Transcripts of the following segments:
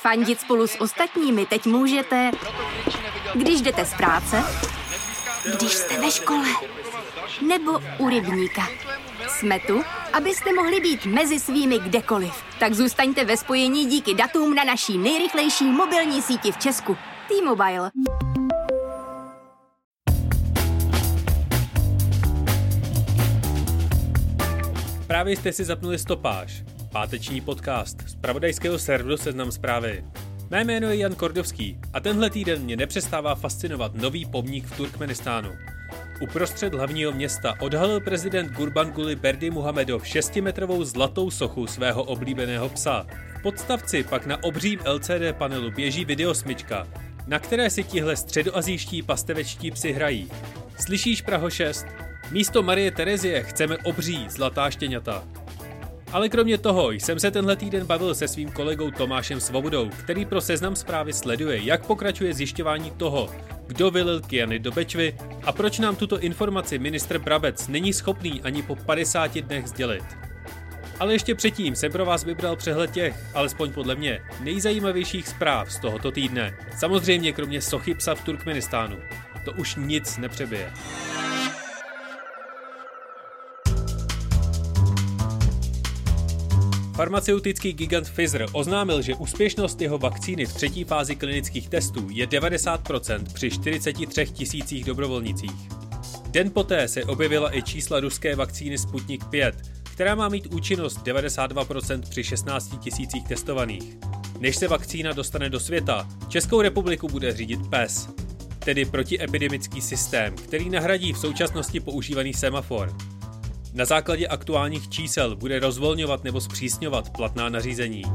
Fandit spolu s ostatními teď můžete, když jdete z práce, když jste ve škole, nebo u rybníka. Jsme tu, abyste mohli být mezi svými kdekoliv. Tak zůstaňte ve spojení díky datům na naší nejrychlejší mobilní síti v Česku. T-Mobile. Právě jste si zapnuli Stopáž, páteční podcast z zpravodajského serveru Seznam Zprávy. Mé jméno je Jan Kordovský a tenhle týden mě nepřestává fascinovat nový pomník v Turkmenistánu. Uprostřed hlavního města odhalil prezident Gurbanguly Berdimuhamedov 6metrovou zlatou sochu svého oblíbeného psa. V podstavci pak na obřím LCD panelu běží videosmyčka, na které si tihle středoasijští pastevečtí psi hrají. Slyšíš, Praho 6? Místo Marie Terezie chceme obří zlatá štěňata. Ale kromě toho jsem se tenhle týden bavil se svým kolegou Tomášem Svobodou, který pro Seznam Zprávy sleduje, jak pokračuje zjišťování toho, kdo vylil kyanid do Bečvy a proč nám tuto informaci ministr Brabec není schopný ani po 50 dnech sdělit. Ale ještě předtím jsem pro vás vybral přehled těch, alespoň podle mě, nejzajímavějších zpráv z tohoto týdne. Samozřejmě kromě sochy psa v Turkmenistánu. To už nic nepřebije. Farmaceutický gigant Pfizer oznámil, že úspěšnost jeho vakcíny v třetí fázi klinických testů je 90% při 43 000 dobrovolnicích. Den poté se objevila i čísla ruské vakcíny Sputnik 5, která má mít účinnost 92% při 16 000 testovaných. Než se vakcína dostane do světa, Českou republiku bude řídit PES, tedy protiepidemický systém, který nahradí v současnosti používaný semafor. Na základě aktuálních čísel bude rozvolňovat nebo zpřísňovat platná nařízení.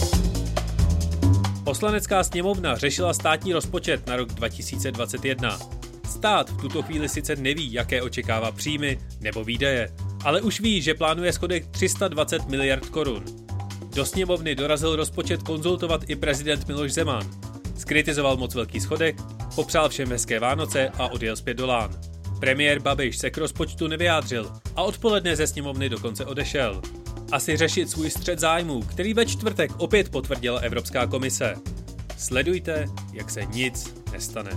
Poslanecká sněmovna řešila státní rozpočet na rok 2021. Stát v tuto chvíli sice neví, jaké očekává příjmy nebo výdaje, ale už ví, že plánuje schodek 320 miliard korun. Do sněmovny dorazil rozpočet konzultovat i prezident Miloš Zeman. Zkritizoval moc velký schodek, popřál všem hezké Vánoce a odjel zpět do Lán. Premiér Babiš se k rozpočtu nevyjádřil a odpoledne ze sněmovny dokonce odešel. Asi řešit svůj střet zájmů, který ve čtvrtek opět potvrdila Evropská komise. Sledujte, jak se nic nestane.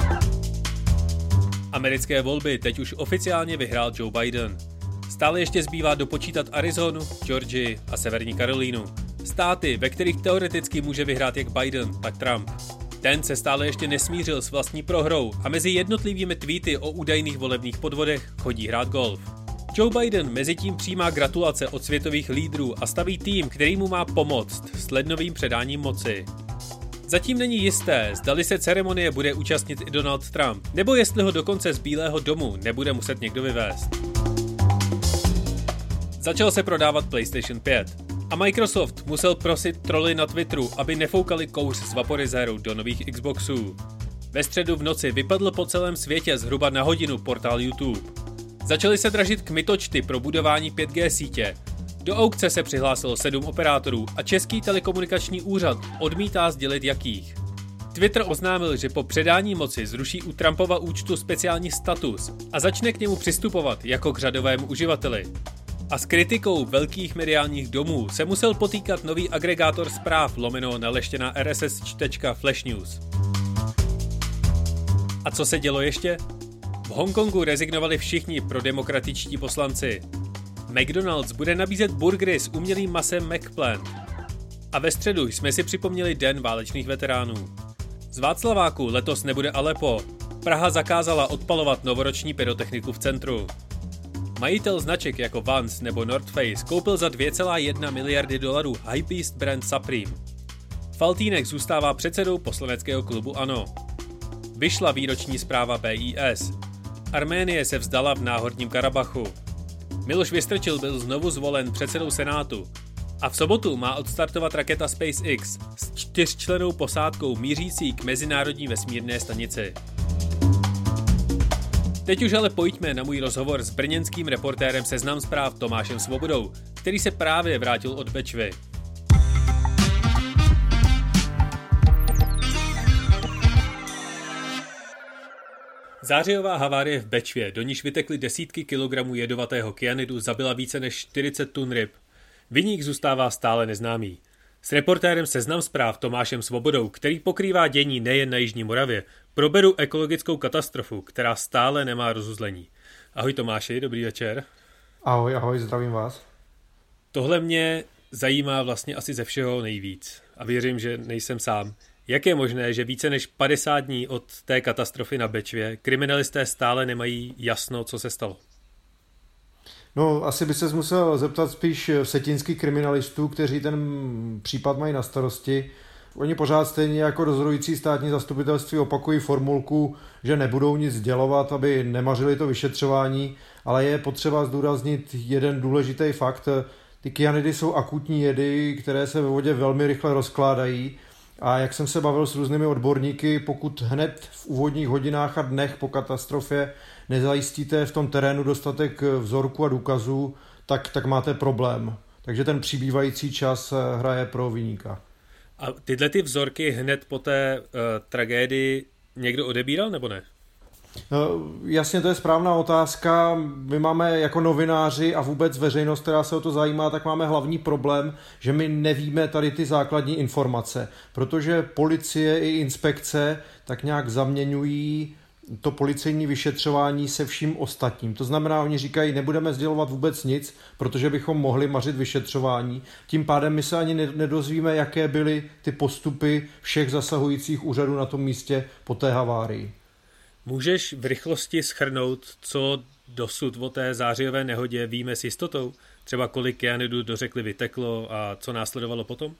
Americké volby teď už oficiálně vyhrál Joe Biden. Stále ještě zbývá dopočítat Arizonu, Georgii a Severní Karolínu. Státy, ve kterých teoreticky může vyhrát jak Biden, tak Trump. Ten se stále ještě nesmířil s vlastní prohrou a mezi jednotlivými tweety o údajných volebních podvodech chodí hrát golf. Joe Biden mezitím přijímá gratulace od světových lídrů a staví tým, který mu má pomoct s lednovým předáním moci. Zatím není jisté, zdali se ceremonie bude účastnit i Donald Trump, nebo jestli ho dokonce z Bílého domu nebude muset někdo vyvést. Začal se prodávat PlayStation 5. A Microsoft musel prosit troly na Twitteru, aby nefoukali kouř z vaporizéru do nových Xboxů. Ve středu v noci vypadl po celém světě zhruba na hodinu portál YouTube. Začaly se dražit kmitočty pro budování 5G sítě. Do aukce se přihlásilo 7 operátorů a Český telekomunikační úřad odmítá sdělit jakých. Twitter oznámil, že po předání moci zruší u Trumpova účtu speciální status a začne k němu přistupovat jako k řadovému uživateli. A s kritikou velkých mediálních domů se musel potýkat nový agregátor zpráv lomeno naleštěná RSS čtečka Flash News. A co se dělo ještě? V Hongkongu rezignovali všichni prodemokratičtí poslanci. McDonald's bude nabízet burgery s umělým masem McPlant. A ve středu jsme si připomněli Den válečných veteránů. Z Václaváku letos nebude Aleppo. Praha zakázala odpalovat novoroční pyrotechniku v centru. Majitel značek jako Vans nebo North Face koupil za 2,1 miliardy dolarů hypebeast brand Supreme. Faltýnek zůstává předsedou poslaneckého klubu ANO. Vyšla výroční zpráva BIS. Arménie se vzdala v Náhorním Karabachu. Miloš Vystrčil byl znovu zvolen předsedou Senátu. A v sobotu má odstartovat raketa SpaceX s 4člennou posádkou mířící k mezinárodní vesmírné stanici. Teď už ale pojďme na můj rozhovor s brněnským reportérem Seznam Zpráv Tomášem Svobodou, který se právě vrátil od Bečvy. Zářijová havárie v Bečvě, do níž vytekly desítky kilogramů jedovatého kyanidu, zabila více než 40 tun ryb. Viník zůstává stále neznámý. S reportérem Seznam zpráv Tomášem Svobodou, který pokrývá dění nejen na Jižní Moravě, proberu ekologickou katastrofu, která stále nemá rozuzlení. Ahoj Tomáši, dobrý večer. Ahoj, zdravím vás. Tohle mě zajímá vlastně asi ze všeho nejvíc a věřím, že nejsem sám. Jak je možné, že více než 50 dní od té katastrofy na Bečvě kriminalisté stále nemají jasno, co se stalo? No, asi by ses musel zeptat spíš vsetínských kriminalistů, kteří ten případ mají na starosti. Oni pořád stejně jako dozorující státní zastupitelství opakují formulku, že nebudou nic dělovat, aby nemařili to vyšetřování, ale je potřeba zdůraznit jeden důležitý fakt. Ty kyanidy jsou akutní jedy, které se ve vodě velmi rychle rozkládají a jak jsem se bavil s různými odborníky, pokud hned v úvodních hodinách a dnech po katastrofě nezajistíte v tom terénu dostatek vzorků a důkazů, tak máte problém. Takže ten přibývající čas hraje pro viníka. A tyhle ty vzorky hned po té tragédii někdo odebíral nebo ne? Jasně, to je správná otázka. My máme jako novináři a vůbec veřejnost, která se o to zajímá, tak máme hlavní problém, že my nevíme tady ty základní informace, protože policie i inspekce tak nějak zaměňují to policejní vyšetřování se vším ostatním. To znamená, oni říkají, nebudeme sdělovat vůbec nic, protože bychom mohli mařit vyšetřování. Tím pádem my se ani nedozvíme, jaké byly ty postupy všech zasahujících úřadů na tom místě po té havárii. Můžeš v rychlosti shrnout, co dosud o té zářijové nehodě víme s jistotou? Třeba kolik kyanidů do řeky vyteklo a co následovalo potom?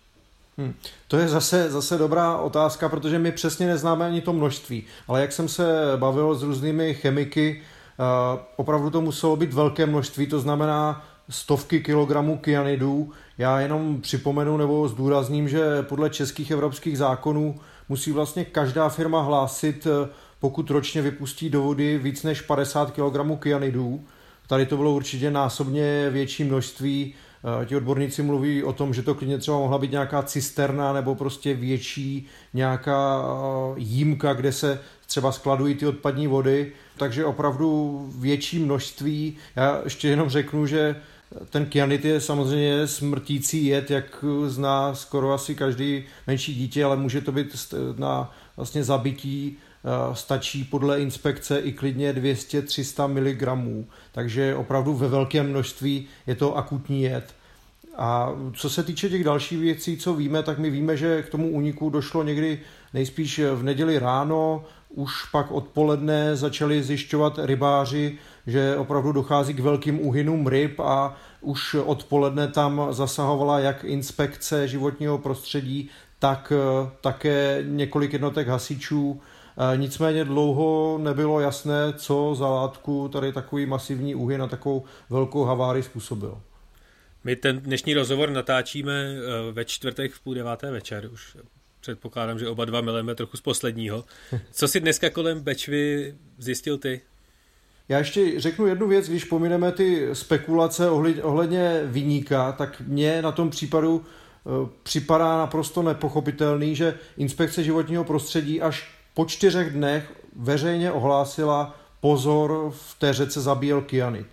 To je zase dobrá otázka, protože my přesně neznáme ani to množství. Ale jak jsem se bavil s různými chemiky, opravdu to muselo být velké množství, to znamená stovky kilogramů kyanidů. Já jenom připomenu nebo zdůrazním, že podle českých evropských zákonů musí vlastně každá firma hlásit, pokud ročně vypustí do vody víc než 50 kg kyanidů. Tady to bylo určitě násobně větší množství. Ti odborníci mluví o tom, že to klidně třeba mohla být nějaká cisterna nebo prostě větší nějaká jímka, kde se třeba skladují ty odpadní vody. Takže opravdu větší množství. Já ještě jenom řeknu, že ten kyanid je samozřejmě smrtící jed, jak zná skoro asi každý menší dítě, ale může to být na vlastně zabití. Stačí podle inspekce i klidně 200-300 mg, takže opravdu ve velkém množství je to akutní jed. A co se týče těch dalších věcí, co víme, tak my víme, že k tomu úniku došlo někdy nejspíš v neděli ráno, už pak odpoledne začali zjišťovat rybáři, že opravdu dochází k velkým úhynům ryb a už odpoledne tam zasahovala jak inspekce životního prostředí, tak také několik jednotek hasičů. Nicméně dlouho nebylo jasné, co za látku tady takový masivní úhyn na takovou velkou havárii způsobil. My ten dnešní rozhovor natáčíme ve čtvrtek v 8:30 večer. Už předpokládám, že oba dva milujeme trochu z posledního. Co si dneska kolem Bečvy zjistil ty? Já ještě řeknu jednu věc, když pomineme ty spekulace ohledně viníka, tak mně na tom případu připadá naprosto nepochopitelný, že inspekce životního prostředí až po 4 dnech veřejně ohlásila pozor, v té řece zabíjel kyanid.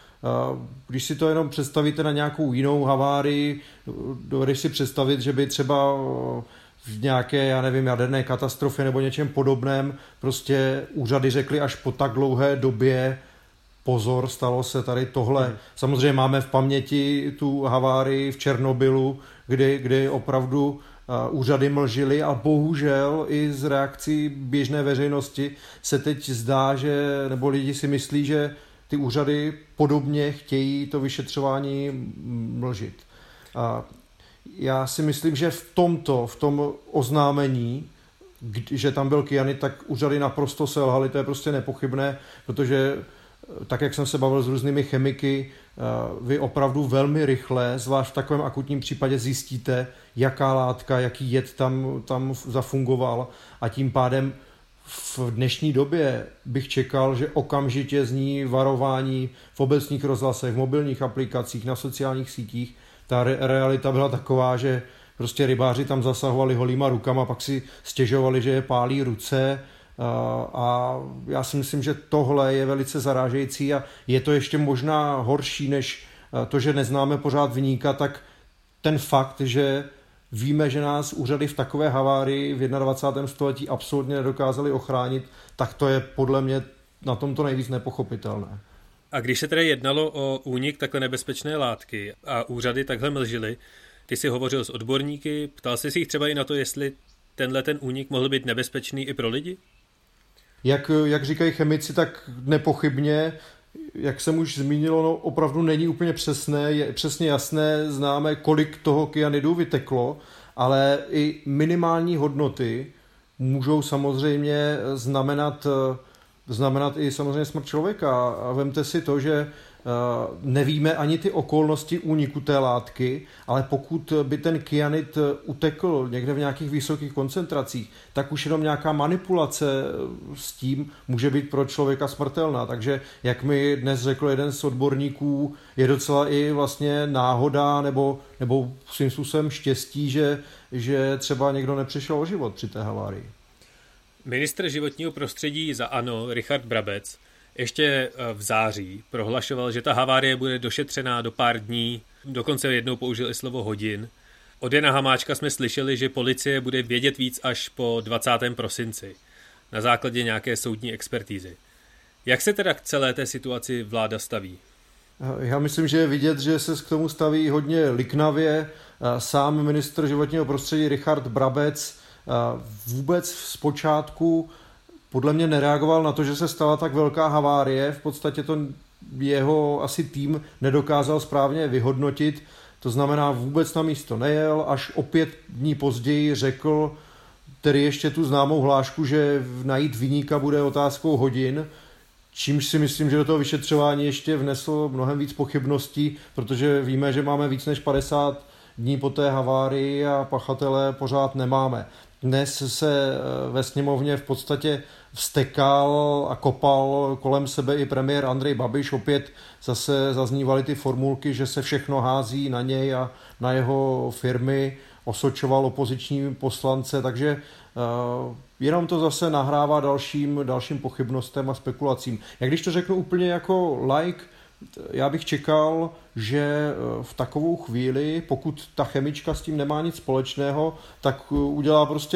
Když si to jenom představíte na nějakou jinou havárii, dovedeš si představit, že by třeba v nějaké, jaderné katastrofě nebo něčem podobném prostě úřady řekly až po tak dlouhé době pozor, stalo se tady tohle. Samozřejmě máme v paměti tu havárii v Černobylu, kdy opravdu úřady mlžily a bohužel i z reakcí běžné veřejnosti se teď zdá, nebo lidi si myslí, že ty úřady podobně chtějí to vyšetřování mlžit. A já si myslím, že v tom oznámení, že tam byl kyanid, tak úřady naprosto selhaly, to je prostě nepochybné, protože tak, jak jsem se bavil s různými chemiky, vy opravdu velmi rychle, zvlášť v takovém akutním případě, zjistíte, jaká látka, jaký jed tam zafungoval a tím pádem v dnešní době bych čekal, že okamžitě zní varování v obecních rozhlasech, v mobilních aplikacích, na sociálních sítích. Ta realita byla taková, že prostě rybáři tam zasahovali holýma rukama, pak si stěžovali, že je pálí ruce. A já si myslím, že tohle je velice zarážející a je to ještě možná horší než to, že neznáme pořád viníka, tak ten fakt, že víme, že nás úřady v takové havárii v 21. století absolutně nedokázaly ochránit, tak to je podle mě na tomto nejvíc nepochopitelné. A když se tedy jednalo o únik takhle nebezpečné látky a úřady takhle mlžily, ty jsi hovořil s odborníky, ptal jsi si jich třeba i na to, jestli ten únik mohl být nebezpečný i pro lidi? Jak říkají chemici, tak nepochybně, jak jsem už zmínil, no, opravdu není úplně přesně jasné, známe, kolik toho kyanidu vyteklo, ale i minimální hodnoty můžou samozřejmě znamenat i samozřejmě smrt člověka. A vemte si to, že nevíme ani ty okolnosti úniku té látky, ale pokud by ten kyanid utekl někde v nějakých vysokých koncentracích, tak už jenom nějaká manipulace s tím může být pro člověka smrtelná. Takže, jak mi dnes řekl jeden z odborníků, je docela i vlastně náhoda nebo svým způsobem štěstí, že třeba někdo nepřišel o život při té havárii. Ministr životního prostředí za ANO Richard Brabec ještě v září prohlašoval, že ta havárie bude došetřená do pár dní, dokonce jednou použil i slovo hodin. Od Jana Hamáčka jsme slyšeli, že policie bude vědět víc až po 20. prosinci, na základě nějaké soudní expertízy. Jak se teda k celé té situaci vláda staví? Já myslím, že je vidět, že se k tomu staví hodně liknavě. Sám ministr životního prostředí Richard Brabec vůbec zpočátku podle mě nereagoval na to, že se stala tak velká havárie. V podstatě to jeho asi tým nedokázal správně vyhodnotit. To znamená, vůbec na místo nejel, až o 5 dní později řekl tedy ještě tu známou hlášku, že najít viníka bude otázkou hodin, čímž si myslím, že do toho vyšetřování ještě vnesl mnohem víc pochybností, protože víme, že máme víc než 50 dní po té havárii a pachatele pořád nemáme. Dnes se ve sněmovně v podstatě vztekal a kopal kolem sebe i premiér Andrej Babiš. Opět zase zaznívaly ty formulky, že se všechno hází na něj a na jeho firmy, osočoval opoziční poslance, takže jenom to zase nahrává dalším pochybnostem a spekulacím. Jak když to řeknu úplně jako laik, já bych čekal, že v takovou chvíli, pokud ta chemička s tím nemá nic společného, tak udělá prostě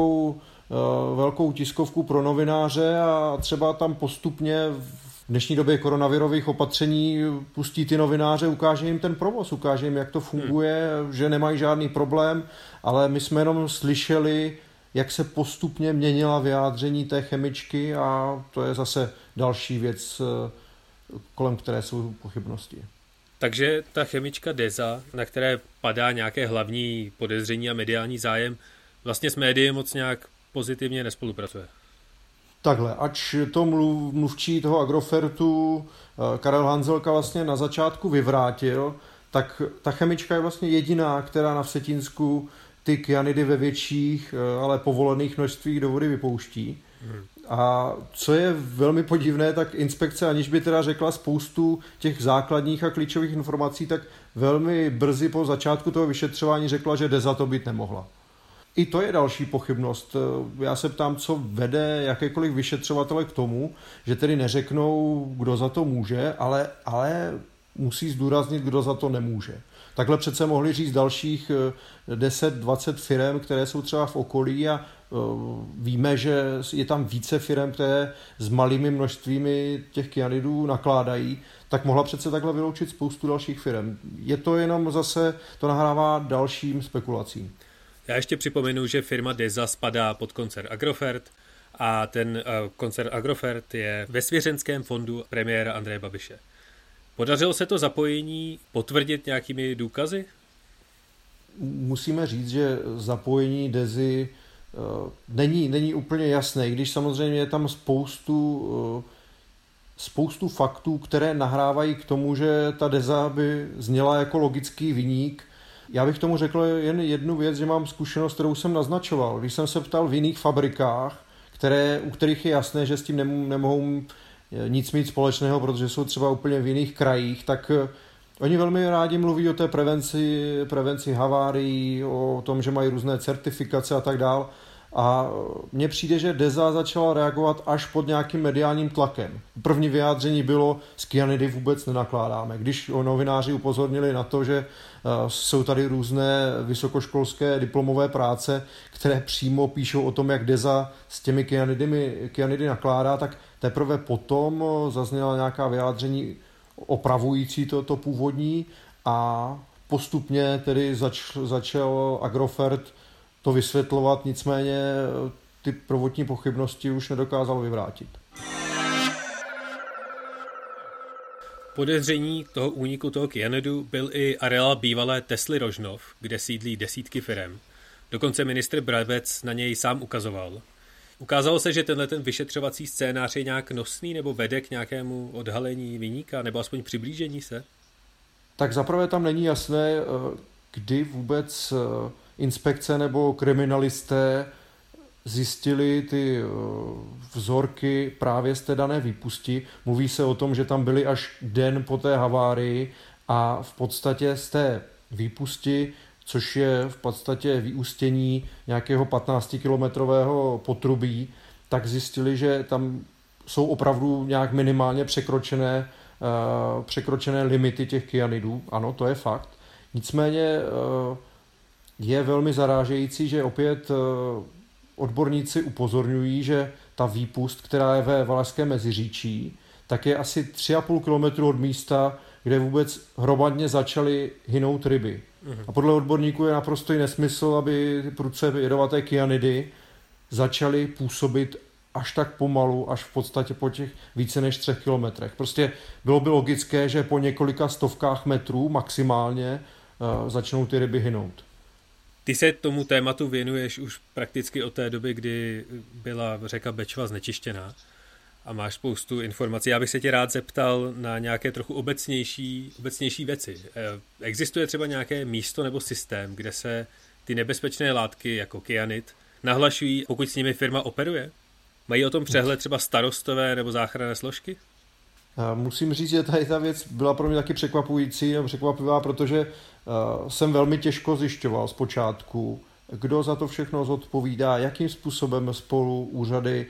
velkou tiskovku pro novináře a třeba tam postupně v dnešní době koronavirových opatření pustí ty novináře, ukáže jim ten provoz, ukáže jim, jak to funguje, že nemají žádný problém, ale my jsme jenom slyšeli, jak se postupně měnila vyjádření té chemičky a to je zase další věc, kolem které jsou pochybnosti. Takže ta chemička DEZA, na které padá nějaké hlavní podezření a mediální zájem, vlastně s médii moc nějak pozitivně nespolupracuje. Takhle, ač to mluvčí toho Agrofertu Karel Hanzelka vlastně na začátku vyvrátil, tak ta chemička je vlastně jediná, která na Vsetínsku ty kyanidy ve větších, ale povolených množstvích do vody vypouští. A co je velmi podivné, tak inspekce, aniž by teda řekla spoustu těch základních a klíčových informací, tak velmi brzy po začátku toho vyšetřování řekla, že DEZA to být nemohla. I to je další pochybnost. Já se ptám, co vede jakékoliv vyšetřovatele k tomu, že tedy neřeknou, kdo za to může, ale musí zdůraznit, kdo za to nemůže. Takhle přece mohli říct dalších 10-20 firem, které jsou třeba v okolí a víme, že je tam více firem, které s malými množstvími těch kyanidů nakládají, tak mohla přece takhle vyloučit spoustu dalších firem. Je to jenom zase, to nahrává dalším spekulacím. Já ještě připomenu, že firma DEZA spadá pod koncern Agrofert a ten koncern Agrofert je ve svěřenském fondu premiéra Andreje Babiše. Podařilo se to zapojení potvrdit nějakými důkazy? Musíme říct, že zapojení DEZY není úplně jasné, když samozřejmě je tam spoustu faktů, které nahrávají k tomu, že ta DEZA by zněla jako logický viník. Já bych tomu řekl jen jednu věc, že mám zkušenost, kterou jsem naznačoval. Když jsem se ptal v jiných fabrikách, u kterých je jasné, že s tím nemohou nic mít společného, protože jsou třeba úplně v jiných krajích, tak oni velmi rádi mluví o té prevenci havárií, o tom, že mají různé certifikace a tak dál, a mně přijde, že DEZA začala reagovat až pod nějakým mediálním tlakem. První vyjádření bylo, s kyanidy vůbec nenakládáme. Když novináři upozornili na to, že jsou tady různé vysokoškolské diplomové práce, které přímo píšou o tom, jak DEZA s těmi kyanidy nakládá, tak teprve potom zazněla nějaká vyjádření opravující to původní a postupně tedy začal Agrofert to vysvětlovat, nicméně ty prvotní pochybnosti už nedokázal vyvrátit. Podezření toho úniku toho kyanidu byl i areál bývalé Tesly Rožnov, kde sídlí desítky firem. Dokonce ministr Brabec na něj sám ukazoval. Ukázalo se, že tenhle vyšetřovací scénář je nějak nosný nebo vede k nějakému odhalení viníka nebo aspoň přiblížení se? Tak zaprvé tam není jasné, kdy vůbec inspekce nebo kriminalisté zjistili ty vzorky právě z té dané výpusti. Mluví se o tom, že tam byli až den po té havárii a v podstatě z té výpusti, což je v podstatě vyústění nějakého 15-kilometrového potrubí, tak zjistili, že tam jsou opravdu nějak minimálně překročené limity těch kyanidů. Ano, to je fakt. Nicméně je velmi zarážející, že opět odborníci upozorňují, že ta výpust, která je ve Valašském Meziříčí, tak je asi 3,5 kilometru od místa, kde vůbec hromadně začaly hynout ryby. A podle odborníků je naprosto nesmysl, aby ty prudce jedovaté kyanidy začaly působit až tak pomalu, až v podstatě po těch více než 3 kilometrech. Prostě bylo by logické, že po několika stovkách metrů maximálně začnou ty ryby hynout. Ty se tomu tématu věnuješ už prakticky od té doby, kdy byla řeka Bečva znečištěná a máš spoustu informací. Já bych se tě rád zeptal na nějaké trochu obecnější věci. Existuje třeba nějaké místo nebo systém, kde se ty nebezpečné látky jako kyanid nahlašují, pokud s nimi firma operuje? Mají o tom přehled třeba starostové nebo záchranné složky? Musím říct, že tady ta věc byla pro mě taky překvapivá, protože jsem velmi těžko zjišťoval zpočátku, kdo za to všechno zodpovídá, jakým způsobem spolu úřady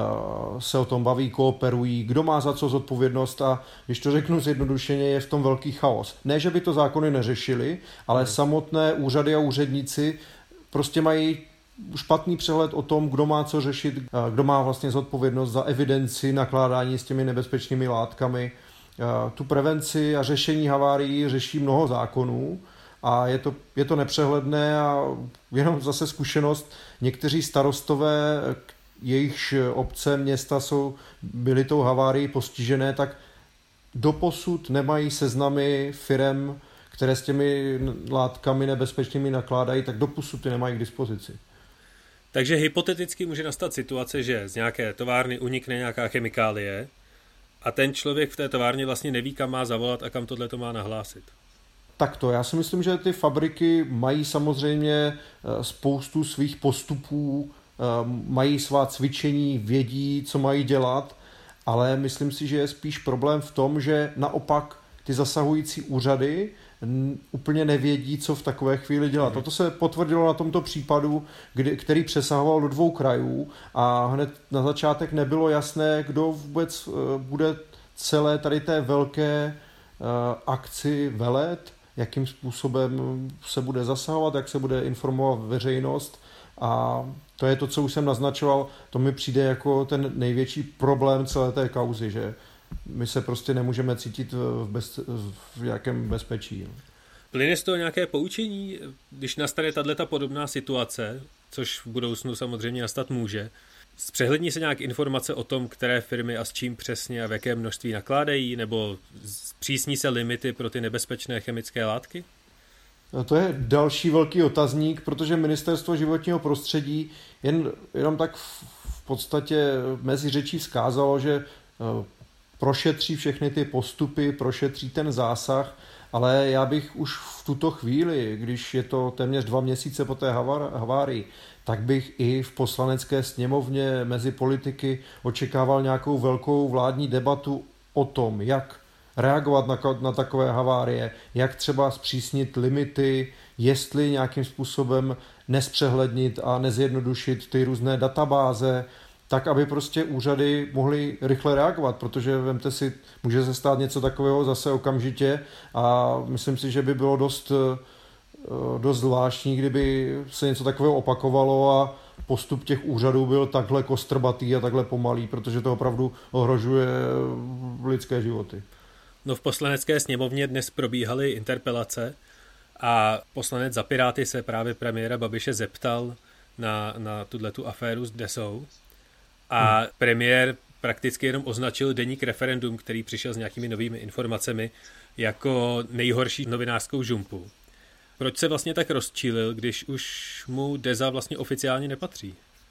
se o tom baví, kooperují, kdo má za co zodpovědnost a když to řeknu zjednodušeně, je v tom velký chaos. Ne, že by to zákony neřešili, ale samotné úřady a úředníci prostě mají špatný přehled o tom, kdo má co řešit, kdo má vlastně zodpovědnost za evidenci nakládání s těmi nebezpečnými látkami. Tu prevenci a řešení havárií řeší mnoho zákonů a je to nepřehledné a jenom zase zkušenost. Někteří starostové, jejichž obce, města byly tou havárií postižené, tak doposud nemají seznamy firem, které s těmi látkami nebezpečnými nakládají, tak doposud ty nemají k dispozici. Takže hypoteticky může nastat situace, že z nějaké továrny unikne nějaká chemikálie a ten člověk v té továrně vlastně neví, kam má zavolat a kam tohle to má nahlásit. Takto, já si myslím, že ty fabriky mají samozřejmě spoustu svých postupů, mají svá cvičení, vědí, co mají dělat, ale myslím si, že je spíš problém v tom, že naopak ty zasahující úřady úplně nevědí, co v takové chvíli dělat. A to se potvrdilo na tomto případu, který přesahoval do 2 krajů a hned na začátek nebylo jasné, kdo vůbec bude celé tady té velké akci velet, jakým způsobem se bude zasahovat, jak se bude informovat veřejnost a to je to, co už jsem naznačoval, to mi přijde jako ten největší problém celé té kauzy, že my se prostě nemůžeme cítit v jakém bezpečí. Plyne z toho nějaké poučení, když nastane tato podobná situace, což v budoucnu samozřejmě nastat může? Zpřehlední se nějak informace o tom, které firmy a s čím přesně a v jakém množství nakládají, nebo zpřísní se limity pro ty nebezpečné chemické látky? No to je další velký otazník, protože Ministerstvo životního prostředí jenom tak v podstatě mezi řečí vzkázalo, že prošetří všechny ty postupy, prošetří ten zásah, ale já bych už v tuto chvíli, když je to téměř 2 měsíce po té havárii, tak bych i v poslanecké sněmovně mezi politiky očekával nějakou velkou vládní debatu o tom, jak reagovat na takové havárie, jak třeba zpřísnit limity, jestli nějakým způsobem nespřehlednit a nezjednodušit ty různé databáze, tak aby prostě úřady mohly rychle reagovat, protože vemte si, může se stát něco takového zase okamžitě a myslím si, že by bylo dost zvláštní, kdyby se něco takového opakovalo a postup těch úřadů byl takhle kostrbatý a takhle pomalý, protože to opravdu ohrožuje lidské životy. No v Poslanecké sněmovně dnes probíhaly interpelace a poslanec za Piráty se právě premiéra Babiše zeptal na tuhletu aféru s Desou a premiér prakticky jenom označil deník Referendum, který přišel s nějakými novými informacemi, jako nejhorší novinářskou žumpu. Proč se vlastně tak rozčílil, když už mu Deza vlastně oficiálně nepatří?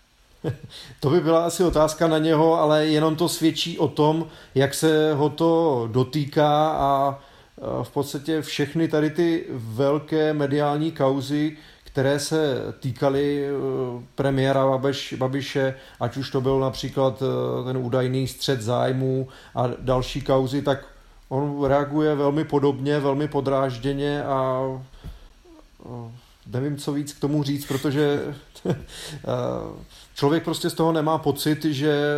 To by byla asi otázka na něho, ale jenom to svědčí o tom, jak se ho to dotýká a v podstatě všechny tady ty velké mediální kauzy, které se týkaly premiéra Babiše, ať už to byl například ten údajný střet zájmů a další kauzy, tak on reaguje velmi podobně, velmi podrážděně a nevím, co víc k tomu říct, protože člověk prostě z toho nemá pocit,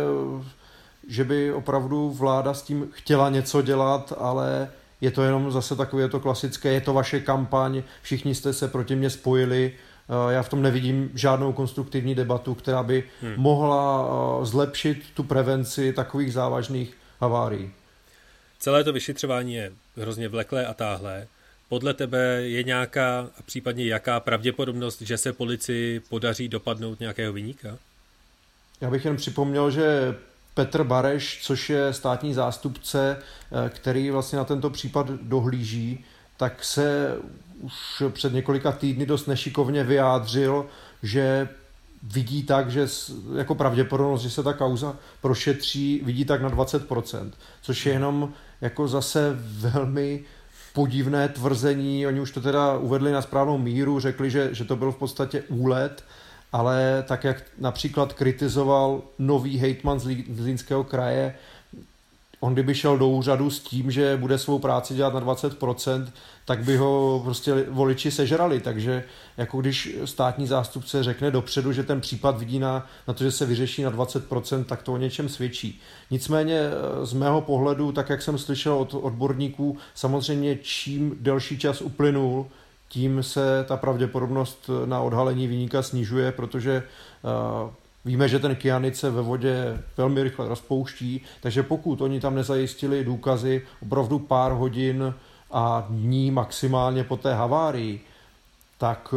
že by opravdu vláda s tím chtěla něco dělat, ale je to jenom zase takové to klasické, je to vaše kampaň, všichni jste se proti mně spojili, já v tom nevidím žádnou konstruktivní debatu, která by mohla zlepšit tu prevenci takových závažných havárií. Celé to vyšetřování je hrozně vleklé a táhlé. Podle tebe je nějaká a případně jaká pravděpodobnost, že se policii podaří dopadnout nějakého viníka? Já bych jen připomněl, že Petr Bareš, což je státní zástupce, který vlastně na tento případ dohlíží, tak se už před několika týdny dost nešikovně vyjádřil, že vidí tak, že jako pravděpodobnost, že se ta kauza prošetří, vidí tak na 20%, což je jenom jako zase velmi podivné tvrzení. Oni už to teda uvedli na správnou míru, řekli, že to byl v podstatě úlet, ale tak, jak například kritizoval nový hejtman z Zlínského kraje, on kdyby šel do úřadu s tím, že bude svou práci dělat na 20%, tak by ho prostě voliči sežrali. Takže jako když státní zástupce řekne dopředu, že ten případ vidí na to, že se vyřeší na 20%, tak to o něčem svědčí. Nicméně z mého pohledu, tak jak jsem slyšel od odborníků, samozřejmě čím delší čas uplynul, tím se ta pravděpodobnost na odhalení viníka snižuje, protože víme, že ten kyanid se ve vodě velmi rychle rozpouští, takže pokud oni tam nezajistili důkazy opravdu pár hodin a dní maximálně po té havárii, tak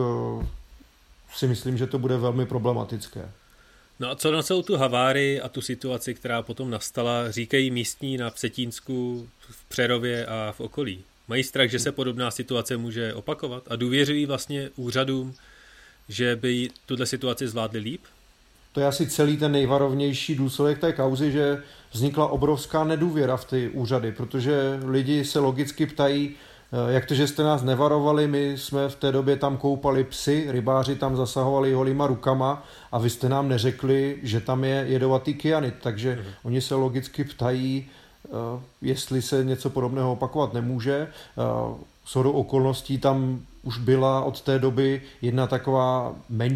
si myslím, že to bude velmi problematické. No a co na celou tu havárii a tu situaci, která potom nastala, říkají místní na Vsetínsku, v Přerově a v okolí? Mají strach, že se podobná situace může opakovat a důvěřují vlastně úřadům, že by tuhle situaci zvládli líp? To je asi celý ten nejvarovnější důsledek té kauzy, že vznikla obrovská nedůvěra v ty úřady, protože lidi se logicky ptají, jak to, že jste nás nevarovali, my jsme v té době tam koupali psy, rybáři tam zasahovali holýma rukama a vy jste nám neřekli, že tam je jedovatý kyanid, takže oni se logicky ptají, jestli se něco podobného opakovat nemůže. Shodou okolností tam už byla od té doby jedna taková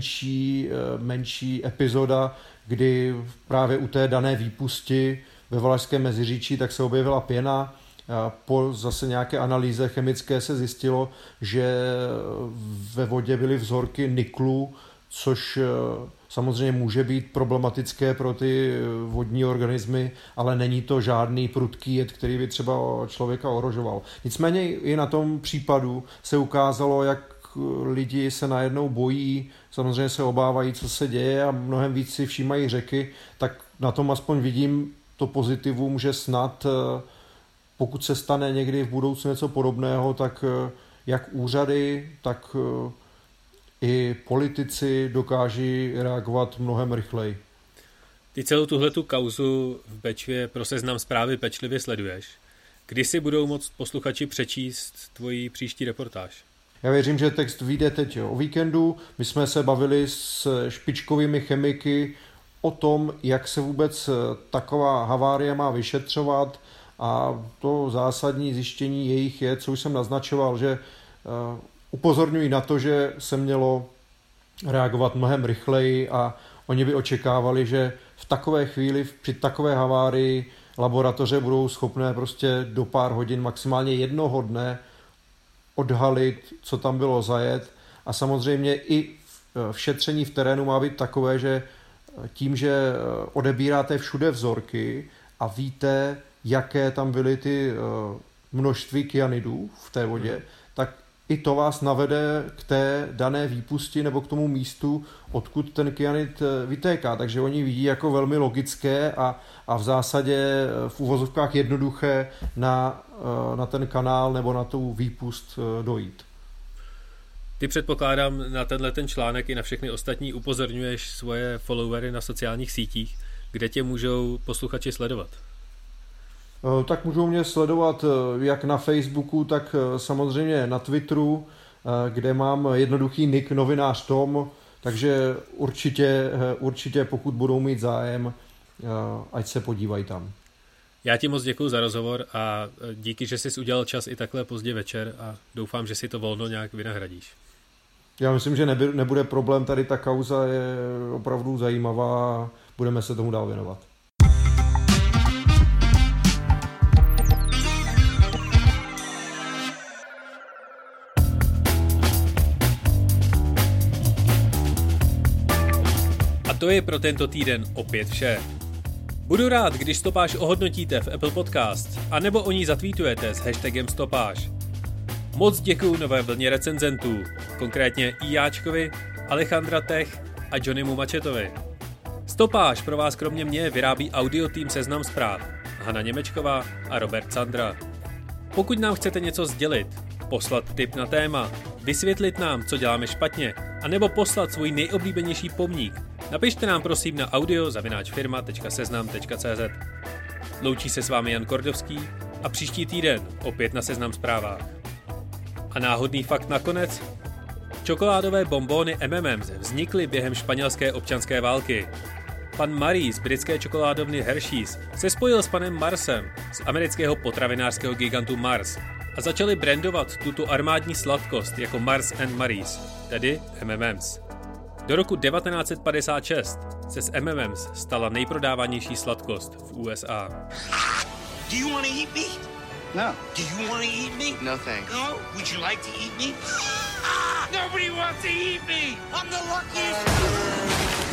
menší epizoda, kdy právě u té dané výpusti ve Valašském Meziříčí tak se objevila pěna. Po zase nějaké analýze chemické se zjistilo, že ve vodě byly vzorky niklu, což samozřejmě může být problematické pro ty vodní organismy, ale není to žádný prudký jed, který by třeba člověka ohrožoval. Nicméně i na tom případu se ukázalo, jak lidi se najednou bojí, samozřejmě se obávají, co se děje a mnohem víc si všímají řeky, tak na tom aspoň vidím to pozitivum, že snad pokud se stane někdy v budoucnu něco podobného, tak jak úřady, tak i politici dokáží reagovat mnohem rychleji. Ty celou tuhletu kauzu v Bečvě pro Seznam Zprávy pečlivě sleduješ. Kdy si budou moct posluchači přečíst tvoji příští reportáž? Já věřím, že text vyjde teď o víkendu. My jsme se bavili s špičkovými chemiky o tom, jak se vůbec taková havárie má vyšetřovat a to zásadní zjištění jejich je, co už jsem naznačoval, že upozorňují na to, že se mělo reagovat mnohem rychleji a oni by očekávali, že v takové chvíli, při takové havárii laboratoře budou schopné prostě do pár hodin, maximálně jednoho dne odhalit, co tam bylo zajet. A samozřejmě i v šetření v terénu má být takové, že tím, že odebíráte všude vzorky a víte, jaké tam byly ty množství kyanidů v té vodě, tak i to vás navede k té dané výpusti nebo k tomu místu, odkud ten kyanid vytéká. Takže oni vidí jako velmi logické a v zásadě v uvozovkách jednoduché na ten kanál nebo na tu výpust dojít. Ty předpokládám na ten článek i na všechny ostatní upozorňuješ svoje followery na sociálních sítích, kde tě můžou posluchači sledovat? Tak můžou mě sledovat jak na Facebooku, tak samozřejmě na Twitteru, kde mám jednoduchý nick novinář Tom, takže určitě pokud budou mít zájem, ať se podívají tam. Já ti moc děkuju za rozhovor a díky, že jsi udělal čas i takhle pozdě večer a doufám, že si to volno nějak vynahradíš. Já myslím, že nebude problém, tady ta kauza je opravdu zajímavá a budeme se tomu dál věnovat. A to je pro tento týden opět vše. Budu rád, když Stopáž ohodnotíte v Apple Podcast, anebo o ní zatweetujete s hashtagem Stopáž. Moc děkuju nové vlně recenzentů, konkrétně Ijáčkovi, Alejandra Tech a Johnnymu Mačetovi. Stopáž pro vás kromě mě vyrábí audio tým Seznam zpráv, Hana Němečková a Robert Sandra. Pokud nám chcete něco sdělit, poslat tip na téma, vysvětlit nám, co děláme špatně, anebo poslat svůj nejoblíbenější pomník, napište nám prosím na audio@firma.seznam.cz. Loučí se s vámi Jan Kordovský a příští týden opět na Seznam zprávách. A náhodný fakt nakonec? Čokoládové bonbóny M&M's vznikly během španělské občanské války. Pan Marie z britské čokoládovny Hershey's se spojil s panem Marsem z amerického potravinářského gigantu Mars a začali brandovat tuto armádní sladkost jako Mars and Marie's, tedy M&M's. Do roku 1956 se z M&M's stala nejprodávanější sladkost v USA. Do you want to eat me? No. Do you want to eat me? No thanks. No? Would you like to eat me? Nobody wants to eat me! I'm the luckiest!